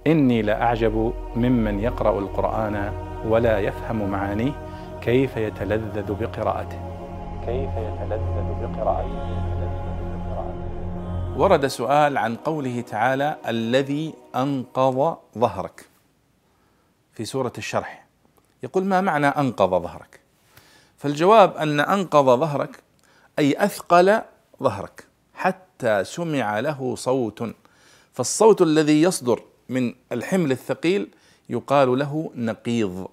إني لأعجب ممن يقرأ القرآن ولا يفهم معانيه كيف يتلذذ بقراءته. ورد سؤال عن قوله تعالى الذي أنقض ظهرك في سورة الشرح، يقول ما معنى أنقض ظهرك؟ فالجواب أن أنقض ظهرك أي أثقل ظهرك حتى سمع له صوت، فالصوت الذي يصدر من الحمل الثقيل يقال له نقيض،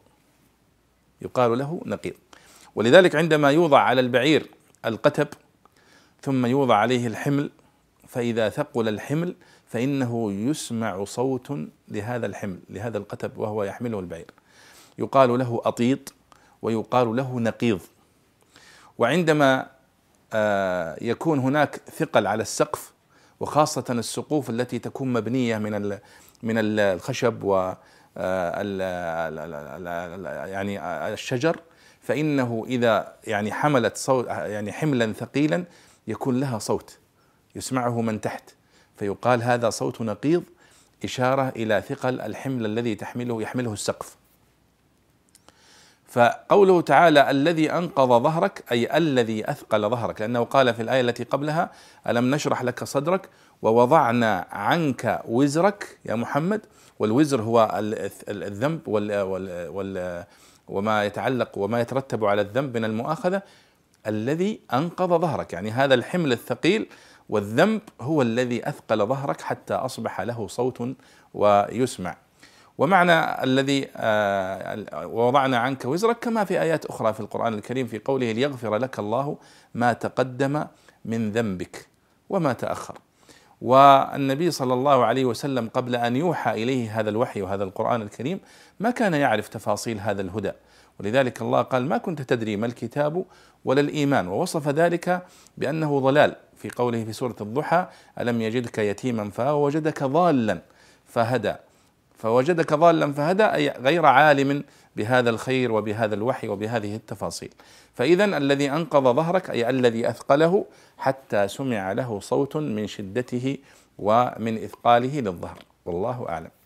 ولذلك عندما يوضع على البعير القتب ثم يوضع عليه الحمل، فإذا ثقل الحمل فإنه يسمع صوت لهذا الحمل، لهذا القتب وهو يحمله البعير، يقال له أطيط ويقال له نقيض. وعندما يكون هناك ثقل على السقف، وخاصة السقوف التي تكون مبنية من الخشب و يعني الشجر، فإنه إذا يعني حملت صوت يعني حملا ثقيلا يكون لها صوت يسمعه من تحت، فيقال هذا صوت نقيض، إشارة إلى ثقل الحمل الذي يحمله السقف. فقوله تعالى الذي أنقض ظهرك أي الذي أثقل ظهرك، لأنه قال في الآية التي قبلها ألم نشرح لك صدرك ووضعنا عنك وزرك يا محمد، والوزر هو الذنب وما يتعلق وما يترتب على الذنب من المؤاخذة. الذي أنقض ظهرك يعني هذا الحمل الثقيل والذنب هو الذي أثقل ظهرك حتى أصبح له صوت ويسمع. ومعنى الذي ووضعنا عنك وزرك كما في آيات أخرى في القرآن الكريم في قوله ليغفر لك الله ما تقدم من ذنبك وما تأخر. والنبي صلى الله عليه وسلم قبل أن يوحى إليه هذا الوحي وهذا القرآن الكريم ما كان يعرف تفاصيل هذا الهدى، ولذلك الله قال ما كنت تدري ما الكتاب ولا الإيمان، ووصف ذلك بأنه ضلال في قوله في سورة الضحى ألم يجدك يتيما فوجدك ضالا فهدى، فوجدك ضالا فهدى أي غير عالم بهذا الخير وبهذا الوحي وبهذه التفاصيل. فإذا الذي أنقض ظهرك أي الذي أثقله حتى سمع له صوت من شدته ومن إثقاله للظهر، والله أعلم.